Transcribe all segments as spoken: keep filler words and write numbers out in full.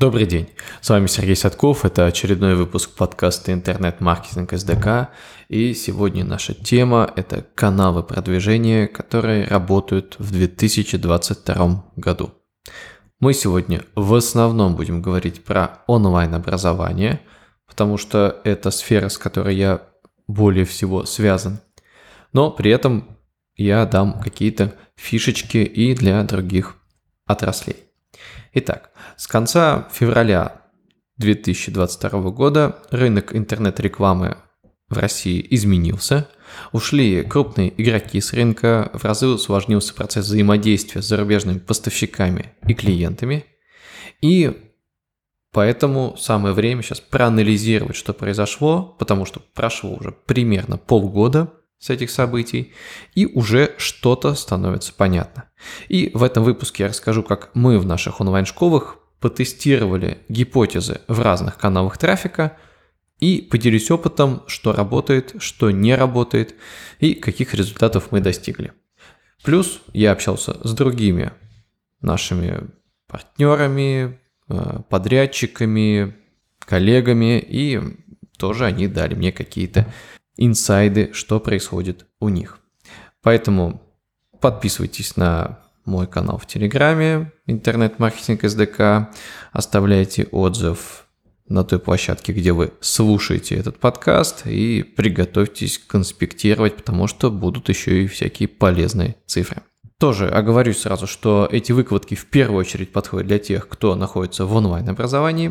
Добрый день, с вами Сергей Садков, это очередной выпуск подкаста «Интернет-маркетинг эс дэ ка», и сегодня наша тема – это каналы продвижения, которые работают в две тысячи двадцать втором году. Мы сегодня в основном будем говорить про онлайн-образование, потому что это сфера, с которой я более всего связан, но при этом я дам какие-то фишечки и для других отраслей. Итак, с конца февраля две тысячи двадцать второго года рынок интернет-рекламы в России изменился, ушли крупные игроки с рынка, в разы усложнился процесс взаимодействия с зарубежными поставщиками и клиентами, и поэтому самое время сейчас проанализировать, что произошло, потому что прошло уже примерно полгода с этих событий, и уже что-то становится понятно. И в этом выпуске я расскажу, как мы в наших онлайн-школах потестировали гипотезы в разных каналах трафика и поделюсь опытом, что работает, что не работает и каких результатов мы достигли. Плюс я общался с другими нашими партнерами, подрядчиками, коллегами, и тоже они дали мне какие-то инсайды, что происходит у них. Поэтому подписывайтесь на мой канал в Телеграме «Интернет-маркетинг эс дэ ка», оставляйте отзыв на той площадке, где вы слушаете этот подкаст, и приготовьтесь конспектировать, потому что будут еще и всякие полезные цифры. Тоже оговорюсь сразу, что эти выкладки в первую очередь подходят для тех, кто находится в онлайн-образовании,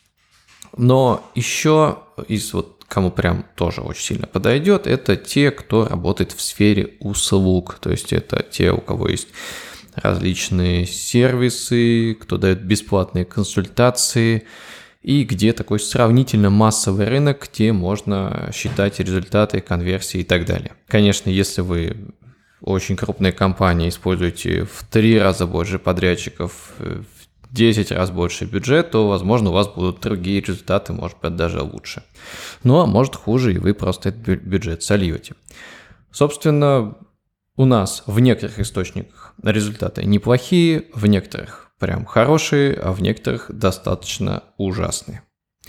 но еще из вот кому прям тоже очень сильно подойдет, это те, кто работает в сфере услуг. То есть это те, у кого есть различные сервисы, кто дает бесплатные консультации, и где такой сравнительно массовый рынок, где можно считать результаты, конверсии и так далее. Конечно, если вы очень крупная компания, используете в три раза больше подрядчиков, в десять раз больше бюджет, то, возможно, у вас будут другие результаты, может быть, даже лучше. Ну, а может хуже, и вы просто этот бюджет сольете. Собственно, у нас в некоторых источниках результаты неплохие, в некоторых прям хорошие, а в некоторых достаточно ужасные.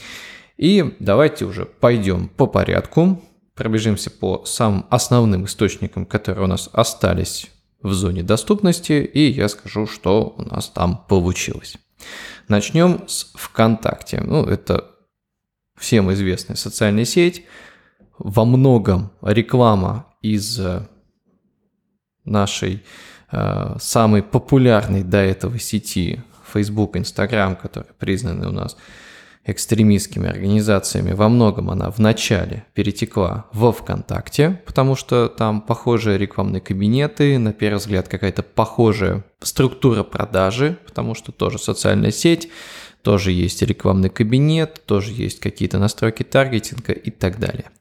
И давайте уже пойдем по порядку, пробежимся по самым основным источникам, которые у нас остались в зоне доступности, и я скажу, что у нас там получилось. Начнем с ВКонтакте. Ну, это всем известная социальная сеть. Во многом реклама из нашей э, самой популярной до этого сети Facebook, Instagram, которые признаны у нас экстремистскими организациями, во многом она вначале перетекла во ВКонтакте, потому что там похожие рекламные кабинеты, на первый взгляд какая-то похожая структура продажи, потому что тоже социальная сеть, тоже есть рекламный кабинет, тоже есть какие-то настройки таргетинга и так далее.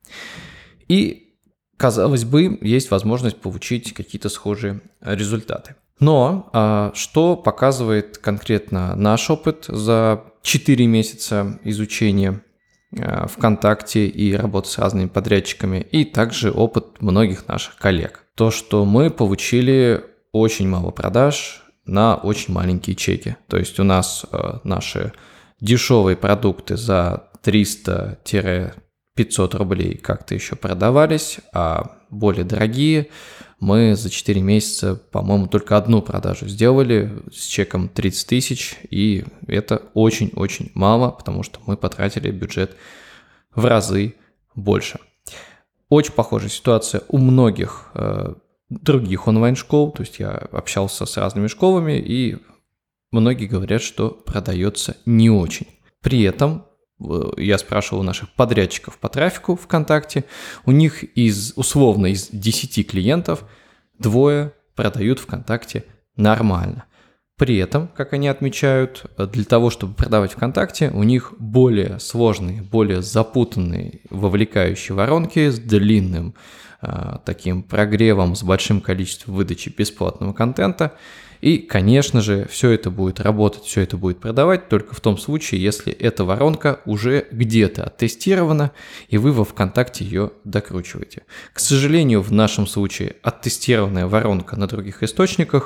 И, казалось бы, есть возможность получить какие-то схожие результаты. Но а, что показывает конкретно наш опыт за четыре месяца изучения а, ВКонтакте и работы с разными подрядчиками, и также опыт многих наших коллег? То, что мы получили очень мало продаж на очень маленькие чеки. То есть у нас а, наши дешевые продукты за триста-пятьсот рублей как-то еще продавались, а более дорогие мы за четыре месяца, по-моему, только одну продажу сделали с чеком тридцать тысяч, и это очень-очень мало, потому что мы потратили бюджет в разы больше. Очень похожая ситуация у многих э, других онлайн-школ, то есть я общался с разными школами, и многие говорят, что продается не очень. При этом я спрашивал у наших подрядчиков по трафику ВКонтакте, у них из условно из десяти клиентов двое продают ВКонтакте нормально. При этом, как они отмечают, для того, чтобы продавать ВКонтакте, у них более сложные, более запутанные, вовлекающие воронки с длинным э, таким прогревом, с большим количеством выдачи бесплатного контента. И, конечно же, все это будет работать, все это будет продавать только в том случае, если эта воронка уже где-то оттестирована, и вы во ВКонтакте ее докручиваете. К сожалению, в нашем случае оттестированная воронка на других источниках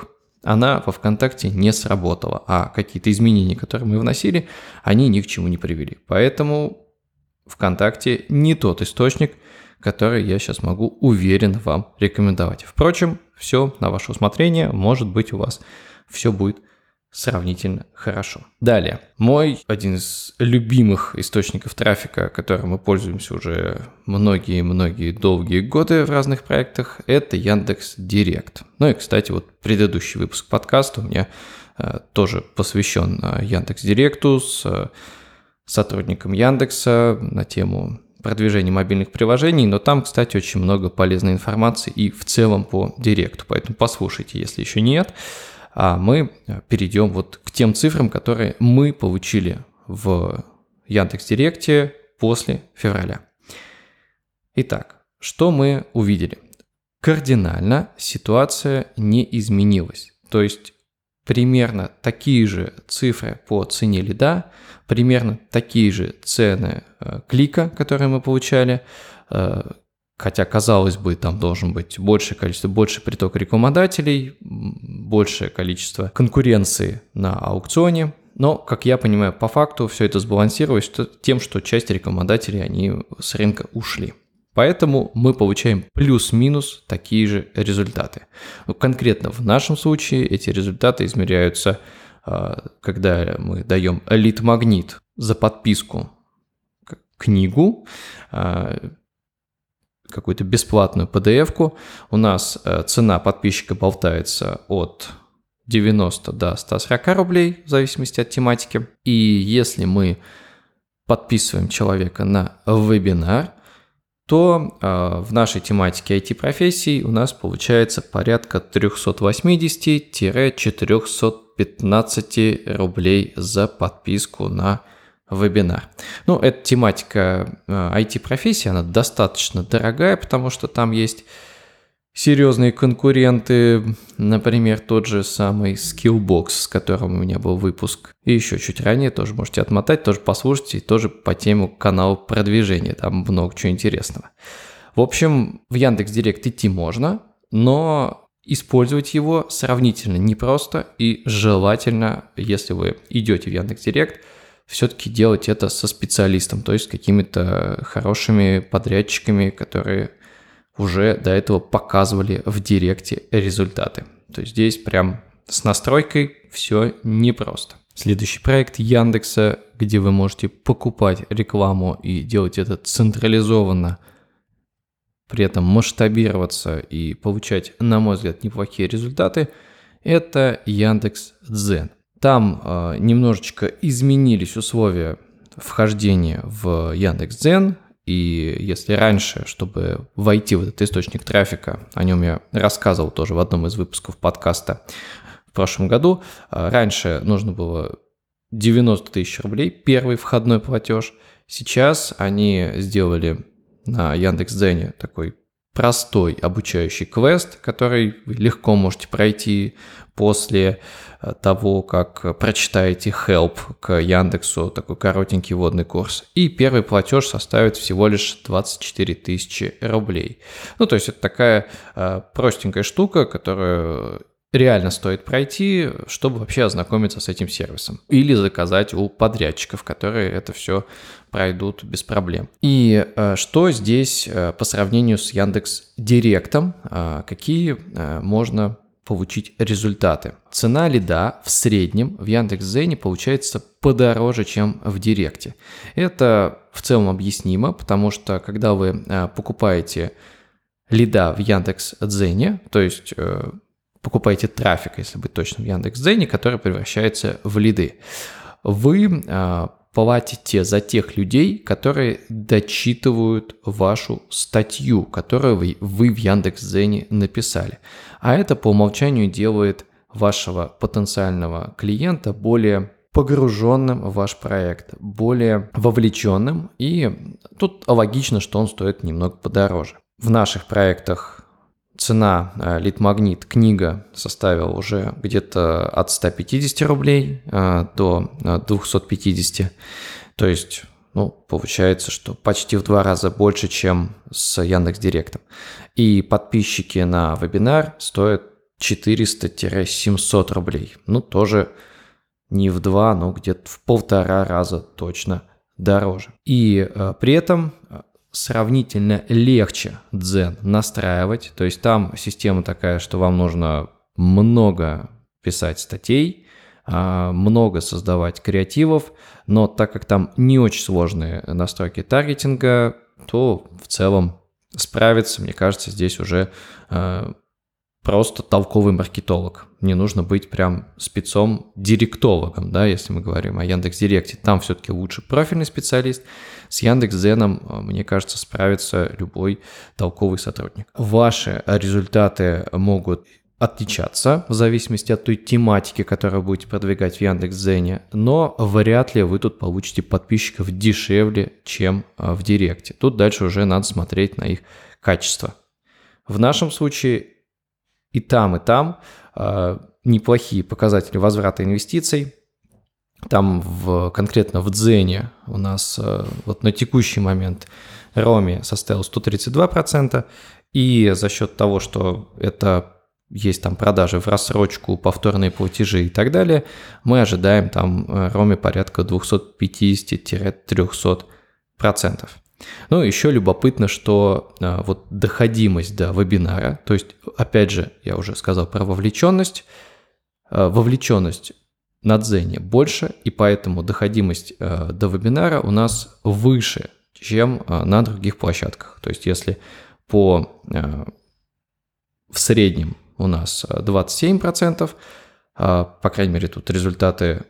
она во ВКонтакте не сработала, а какие-то изменения, которые мы вносили, они ни к чему не привели. Поэтому ВКонтакте не тот источник, который я сейчас могу уверенно вам рекомендовать. Впрочем, все на ваше усмотрение, может быть, у вас все будет сравнительно хорошо. Далее, мой один из любимых источников трафика, которым мы пользуемся уже многие-многие долгие годы в разных проектах, это Яндекс.Директ. Ну и, кстати, вот предыдущий выпуск подкаста у меня э, тоже посвящен э, Яндекс.Директу с э, сотрудником Яндекса на тему продвижения мобильных приложений, но там, кстати, очень много полезной информации и в целом по Директу, поэтому послушайте, если еще нет. А мы перейдем вот к тем цифрам, которые мы получили в Яндекс.Директе после февраля. Итак, что мы увидели? Кардинально ситуация не изменилась. То есть примерно такие же цифры по цене лида, примерно такие же цены э, клика, которые мы получали, э, хотя, казалось бы, там должен быть большее количество, больше приток рекламодателей, большее количество конкуренции на аукционе. Но, как я понимаю, по факту все это сбалансировалось тем, что часть рекламодателей, они с рынка ушли. Поэтому мы получаем плюс-минус такие же результаты. Но конкретно в нашем случае эти результаты измеряются, когда мы даем лид-магнит за подписку книгу, какую-то бесплатную пи ди эф-ку. У нас цена подписчика болтается от девяноста до ста сорока рублей, в зависимости от тематики. И если мы подписываем человека на вебинар, то э, в нашей тематике ай ти-профессий у нас получается порядка триста восемьдесят - четыреста пятнадцать рублей за подписку на вебинар. Ну, эта тематика э, ай ти-профессии, она достаточно дорогая, потому что там есть серьезные конкуренты, например, тот же самый Skillbox, с которым у меня был выпуск. И еще чуть ранее тоже можете отмотать, тоже послушайте, и тоже по тему канала продвижения, там много чего интересного. В общем, в Яндекс.Директ идти можно, но использовать его сравнительно непросто, и желательно, если вы идете в Яндекс.Директ, все-таки делать это со специалистом, то есть с какими-то хорошими подрядчиками, которые уже до этого показывали в Директе результаты. То есть здесь прям с настройкой все непросто. Следующий проект Яндекса, где вы можете покупать рекламу и делать это централизованно, при этом масштабироваться и получать, на мой взгляд, неплохие результаты, это Яндекс.Дзен. Там э, немножечко изменились условия вхождения в Яндекс.Дзен. И если раньше, чтобы войти в этот источник трафика, о нем я рассказывал тоже в одном из выпусков подкаста в прошлом году, раньше нужно было девяносто тысяч рублей, первый входной платеж. Сейчас они сделали на Яндекс.Дзене такой простой обучающий квест, который вы легко можете пройти после того, как прочитаете help к Яндексу, такой коротенький вводный курс. И первый платеж составит всего лишь двадцать четыре тысячи рублей. Ну, то есть это такая э, простенькая штука, которую реально стоит пройти, чтобы вообще ознакомиться с этим сервисом. Или заказать у подрядчиков, которые это все пройдут без проблем. И э, что здесь э, по сравнению с Яндекс.Директом, э, какие э, можно получить результаты? Цена лида в среднем в Яндекс.Дзене получается подороже, чем в Директе. Это в целом объяснимо, потому что когда вы э, покупаете лида в Яндекс.Дзене, то есть э, покупаете трафик, если быть точным, в Яндекс.Дзене, который превращается в лиды, вы э, платите за тех людей, которые дочитывают вашу статью, которую вы, вы в Яндекс.Дзене написали. А это по умолчанию делает вашего потенциального клиента более погруженным в ваш проект, более вовлеченным, и тут логично, что он стоит немного подороже. В наших проектах цена лид-магнит книга составила уже где-то от ста пятидесяти рублей до двухсот пятидесяти. То есть, ну, получается, что почти в два раза больше, чем с Яндекс.Директом. И подписчики на вебинар стоят четыреста-семьсот рублей. Ну, тоже не в два, но где-то в полтора раза точно дороже. И э, при этом сравнительно легче Дзен настраивать. То есть там система такая, что вам нужно много писать статей, много создавать креативов, но так как там не очень сложные настройки таргетинга, то в целом справиться, мне кажется, здесь уже э, просто толковый маркетолог. Не нужно быть прям спецом-директологом, да, если мы говорим о Яндекс.Директе. Там все-таки лучше профильный специалист. С Яндекс.Дзеном, мне кажется, справится любой толковый сотрудник. Ваши результаты могут отличаться в зависимости от той тематики, которую вы будете продвигать в Яндекс.Дзене, но вряд ли вы тут получите подписчиков дешевле, чем в Директе. Тут дальше уже надо смотреть на их качество. В нашем случае и там, и там э, неплохие показатели возврата инвестиций. Там в, конкретно в Дзене у нас э, вот на текущий момент роми составил сто тридцать два процента, и за счет того, что это есть там продажи в рассрочку, повторные платежи и так далее, мы ожидаем там роми порядка двести пятьдесят - триста процентов. Ну, еще любопытно, что а, вот доходимость до вебинара, то есть, опять же, я уже сказал про вовлеченность, а, вовлеченность на Дзене больше, и поэтому доходимость а, до вебинара у нас выше, чем а, на других площадках. То есть, если по а, в среднем у нас двадцать семь процентов, а, по крайней мере, тут результаты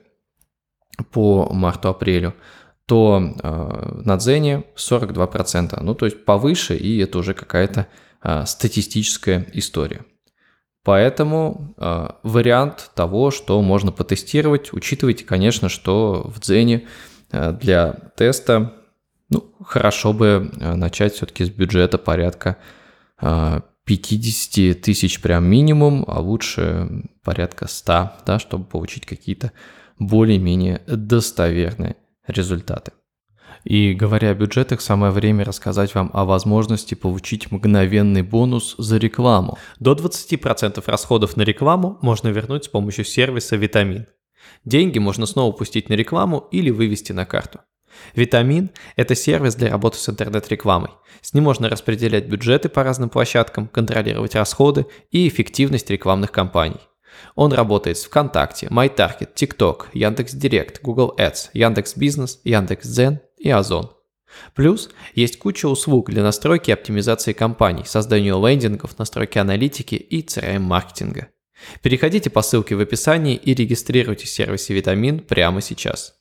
по марту-апрелю, то э, на Дзене сорок два процента, ну то есть повыше, и это уже какая-то э, статистическая история. Поэтому э, вариант того, что можно потестировать, учитывайте, конечно, что в Дзене э, для теста ну, хорошо бы начать все-таки с бюджета порядка э, пятьдесят тысяч прям минимум, а лучше порядка сто, да, чтобы получить какие-то более-менее достоверные результаты. И говоря о бюджетах, самое время рассказать вам о возможности получить мгновенный бонус за рекламу. До двадцати процентов расходов на рекламу можно вернуть с помощью сервиса «Витамин». Деньги можно снова пустить на рекламу или вывести на карту. «Витамин» – это сервис для работы с интернет-рекламой. С ним можно распределять бюджеты по разным площадкам, контролировать расходы и эффективность рекламных кампаний. Он работает с ВКонтакте, MyTarget, TikTok, Яндекс.Директ, Google Ads, Яндекс.Бизнес, Яндекс.Дзен и Озон. Плюс есть куча услуг для настройки и оптимизации кампаний, созданию лендингов, настройки аналитики и си ар эм-маркетинга. Переходите по ссылке в описании и регистрируйтесь в сервисе «Витамин» прямо сейчас.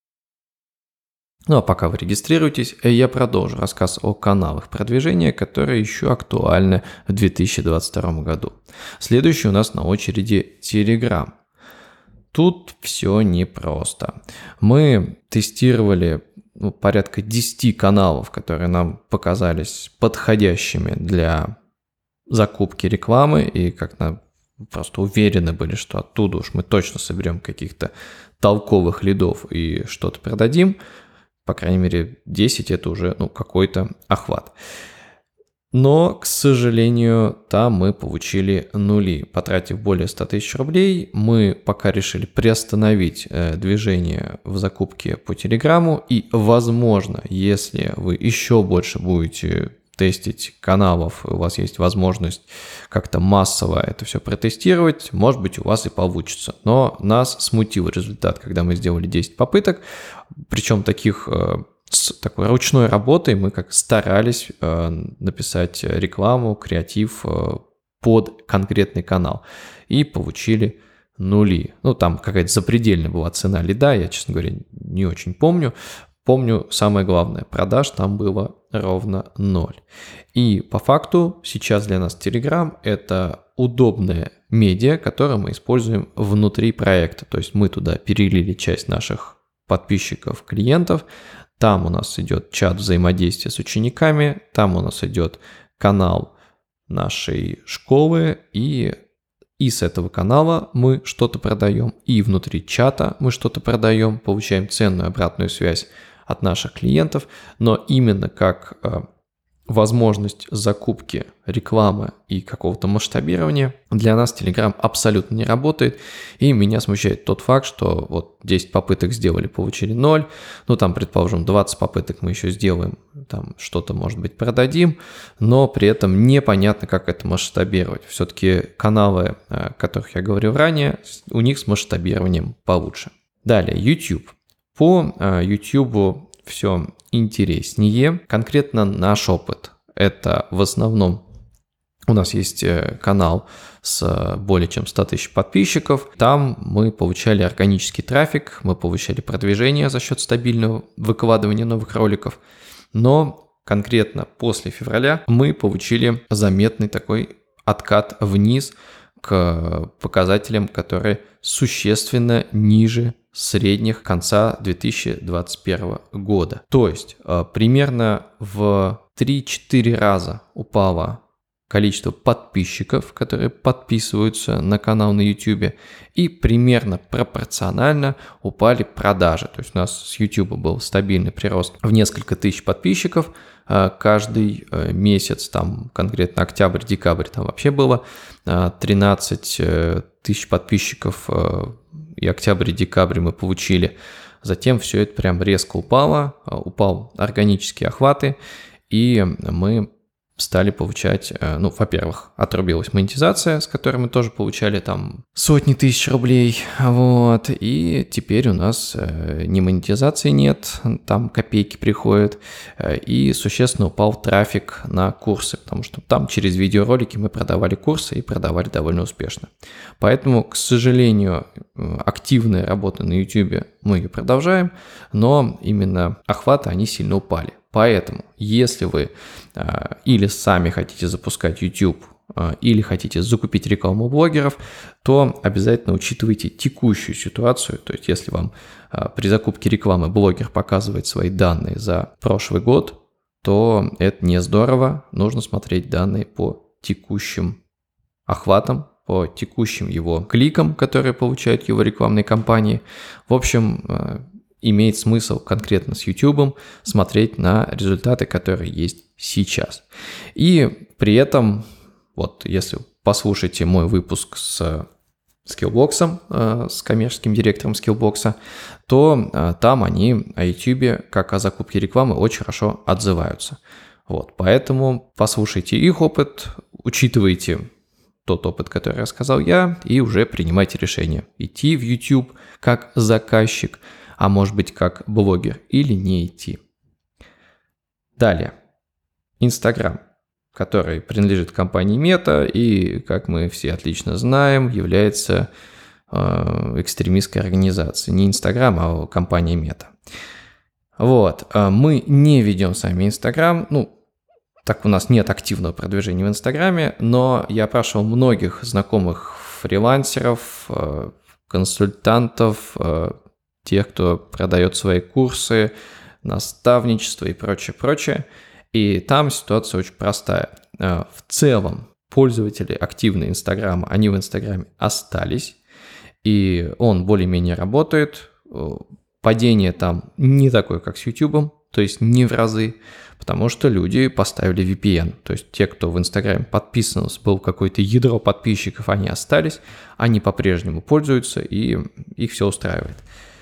Ну а пока вы регистрируетесь, я продолжу рассказ о каналах продвижения, которые еще актуальны в две тысячи двадцать втором году. Следующий у нас на очереди Telegram. Тут все непросто. Мы тестировали ну, порядка десяти каналов, которые нам показались подходящими для закупки рекламы, и как нам просто уверены были, что оттуда уж мы точно соберем каких-то толковых лидов и что-то продадим. По крайней мере, десять – это уже ну, какой-то охват. Но, к сожалению, там мы получили нули. Потратив более ста тысяч рублей, мы пока решили приостановить э, движение в закупке по Телеграму. И, возможно, если вы еще больше будете тестить каналов, у вас есть возможность как-то массово это все протестировать, может быть, у вас и получится. Но нас смутил результат, когда мы сделали десять попыток, причем таких с такой ручной работой мы как старались написать рекламу, креатив под конкретный канал и получили нули. Ну, там какая-то запредельная была цена лида, я, честно говоря, не очень помню. Помню, самое главное, продаж там было ровно ноль. И по факту сейчас для нас Telegram – это удобное медиа, которое мы используем внутри проекта. То есть мы туда перелили часть наших подписчиков, клиентов. Там у нас идет чат взаимодействия с учениками, там у нас идет канал нашей школы, и, и с этого канала мы что-то продаем, и внутри чата мы что-то продаем, получаем ценную обратную связь от наших клиентов, но именно как возможность закупки рекламы и какого-то масштабирования, для нас Telegram абсолютно не работает, и меня смущает тот факт, что вот десять попыток сделали, получили ноль, ну там, предположим, двадцать попыток мы еще сделаем, там что-то, может быть, продадим, но при этом непонятно, как это масштабировать. Все-таки каналы, о которых я говорил ранее, у них с масштабированием получше. Далее, YouTube. По YouTube все интереснее. Конкретно наш опыт. Это в основном у нас есть канал с более чем сто тысяч подписчиков. Там мы получали органический трафик, мы получали продвижение за счет стабильного выкладывания новых роликов. Но конкретно после февраля мы получили заметный такой откат вниз к показателям, которые существенно ниже средних конца две тысячи двадцать первого года. То есть примерно в три-четыре раза упало количество подписчиков, которые подписываются на канал на YouTube, и примерно пропорционально упали продажи. То есть у нас с YouTube был стабильный прирост в несколько тысяч подписчиков каждый месяц, там конкретно октябрь-декабрь, там вообще было тринадцать тысяч подписчиков, и октябрь и декабрь мы получили. Затем все это прям резко упало, упал органические охваты, и мы стали получать, ну, во-первых, отрубилась монетизация, с которой мы тоже получали там сотни тысяч рублей, вот, и теперь у нас ни монетизации нет, там копейки приходят, и существенно упал трафик на курсы, потому что там через видеоролики мы продавали курсы и продавали довольно успешно. Поэтому, к сожалению, активная работа на YouTube мы ее продолжаем, но именно охваты, они сильно упали. Поэтому, если вы э, или сами хотите запускать YouTube, э, или хотите закупить рекламу блогеров, то обязательно учитывайте текущую ситуацию. То есть, если вам э, при закупке рекламы блогер показывает свои данные за прошлый год, то это не здорово. Нужно смотреть данные по текущим охватам, по текущим его кликам, которые получают его рекламные кампании. В общем, э, имеет смысл конкретно с YouTube смотреть на результаты, которые есть сейчас. И при этом, вот если послушаете мой выпуск с Skillbox, с коммерческим директором Skillbox, то там они о YouTube, как о закупке рекламы, очень хорошо отзываются. Вот, поэтому послушайте их опыт, учитывайте тот опыт, который рассказал я, и уже принимайте решение, идти в YouTube как заказчик, а может быть как блогер, или не идти. Далее. Инстаграм, который принадлежит компании Meta и, как мы все отлично знаем, является э, экстремистской организацией. Не Инстаграм, а компания Meta. Вот. Мы не ведем сами Инстаграм. Ну, так у нас нет активного продвижения в Инстаграме, но я опрашивал многих знакомых фрилансеров, э, консультантов, э, тех, кто продает свои курсы, наставничество и прочее, прочее. И там ситуация очень простая. В целом, пользователи активные Инстаграма, они в Инстаграме остались, и он более-менее работает. Падение там не такое, как с YouTube, то есть не в разы, потому что люди поставили ви пи эн. То есть те, кто в Инстаграме подписывался, был какое-то ядро подписчиков, они остались, они по-прежнему пользуются, и их все устраивает.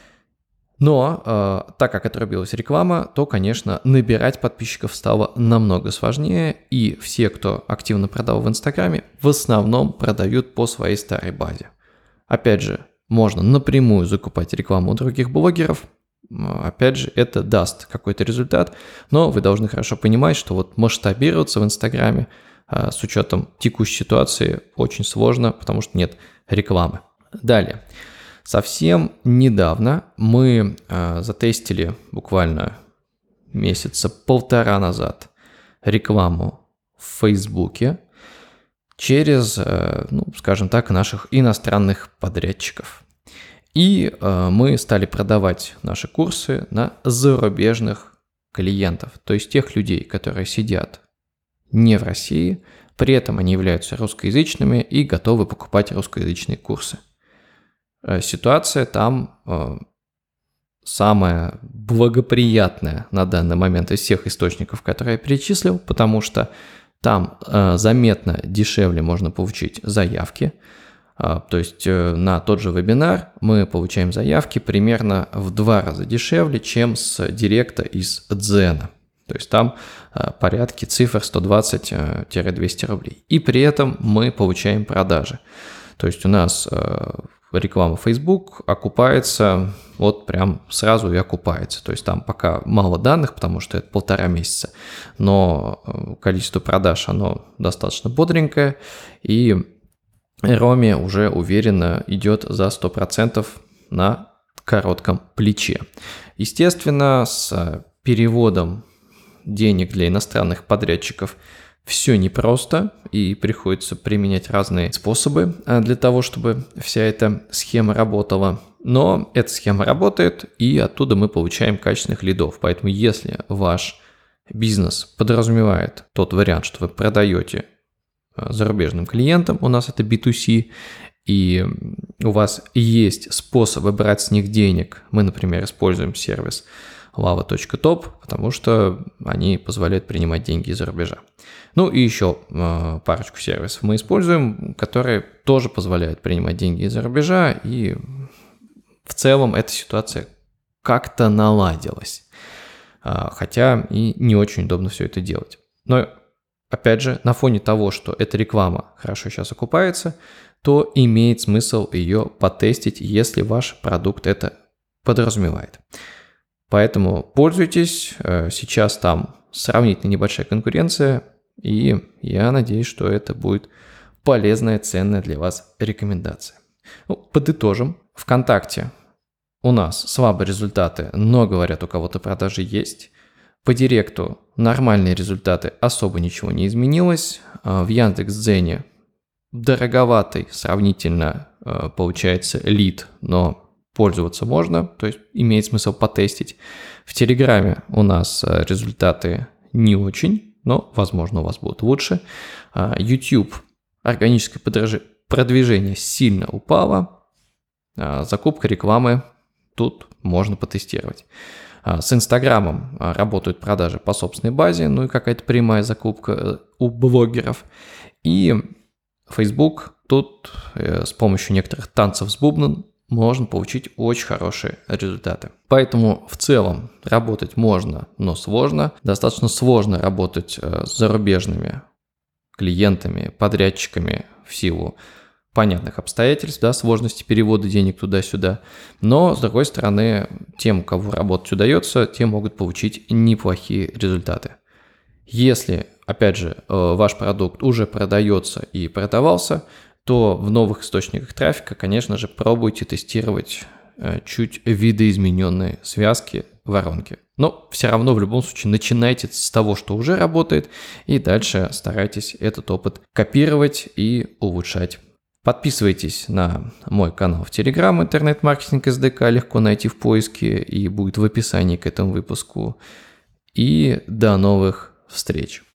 Но э, так как отрубилась реклама, то, конечно, набирать подписчиков стало намного сложнее, и все, кто активно продал в Инстаграме, в основном продают по своей старой базе. Опять же, можно напрямую закупать рекламу у других блогеров, опять же, это даст какой-то результат, но вы должны хорошо понимать, что вот масштабироваться в Инстаграме э, с учетом текущей ситуации очень сложно, потому что нет рекламы. Далее. Совсем недавно мы э, затестили буквально месяца полтора назад рекламу в Фейсбуке через, э, ну, скажем так, наших иностранных подрядчиков. И э, мы стали продавать наши курсы на зарубежных клиентов, то есть тех людей, которые сидят не в России, при этом они являются русскоязычными и готовы покупать русскоязычные курсы. Ситуация там самое благоприятное на данный момент из всех источников, которые я перечислил, потому что там э, заметно дешевле можно получить заявки. Э, то есть э, на тот же вебинар мы получаем заявки примерно в два раза дешевле, чем с директа из Дзена. То есть там э, порядки цифр сто двадцать - двести рублей. И при этом мы получаем продажи. То есть у нас э, реклама Facebook окупается, вот прям сразу и окупается. То есть там пока мало данных, потому что это полтора месяца, но количество продаж, оно достаточно бодренькое, и Роми уже уверенно идет за сто процентов на коротком плече. Естественно, с переводом денег для иностранных подрядчиков все непросто, и приходится применять разные способы для того, чтобы вся эта схема работала. Но эта схема работает, и оттуда мы получаем качественных лидов. Поэтому если ваш бизнес подразумевает тот вариант, что вы продаете зарубежным клиентам, у нас это би ту си, и у вас есть способы брать с них денег, мы, например, используем сервис лава точка топ, потому что они позволяют принимать деньги из-за рубежа. Ну и еще э, парочку сервисов мы используем, которые тоже позволяют принимать деньги из-за рубежа, и в целом эта ситуация как-то наладилась. Э, хотя и не очень удобно все это делать. Но опять же, на фоне того, что эта реклама хорошо сейчас окупается, то имеет смысл ее потестить, если ваш продукт это подразумевает. Поэтому пользуйтесь, сейчас там сравнительно небольшая конкуренция, и я надеюсь, что это будет полезная, ценная для вас рекомендация. Ну, подытожим. ВКонтакте у нас слабые результаты, но, говорят, у кого-то продажи есть. По директу нормальные результаты, особо ничего не изменилось. В Яндекс.Дзене дороговатый сравнительно получается лид, но пользоваться можно, то есть имеет смысл потестить. В Телеграме у нас результаты не очень, но, возможно, у вас будут лучше. YouTube, органическое продвижение сильно упало. Закупка рекламы тут можно потестировать. С Инстаграмом работают продажи по собственной базе, ну и какая-то прямая закупка у блогеров. И Facebook тут с помощью некоторых танцев с бубном можно получить очень хорошие результаты. Поэтому в целом работать можно, но сложно. Достаточно сложно работать с зарубежными клиентами, подрядчиками в силу понятных обстоятельств, да, сложности перевода денег туда-сюда. Но, с другой стороны, тем, у кого работать удается, те могут получить неплохие результаты. Если, опять же, ваш продукт уже продается и продавался, то в новых источниках трафика, конечно же, пробуйте тестировать чуть видоизмененные связки, воронки. Но все равно в любом случае начинайте с того, что уже работает, и дальше старайтесь этот опыт копировать и улучшать. Подписывайтесь на мой канал в Telegram, интернет-маркетинг эс ди кей, легко найти в поиске и будет в описании к этому выпуску. И до новых встреч!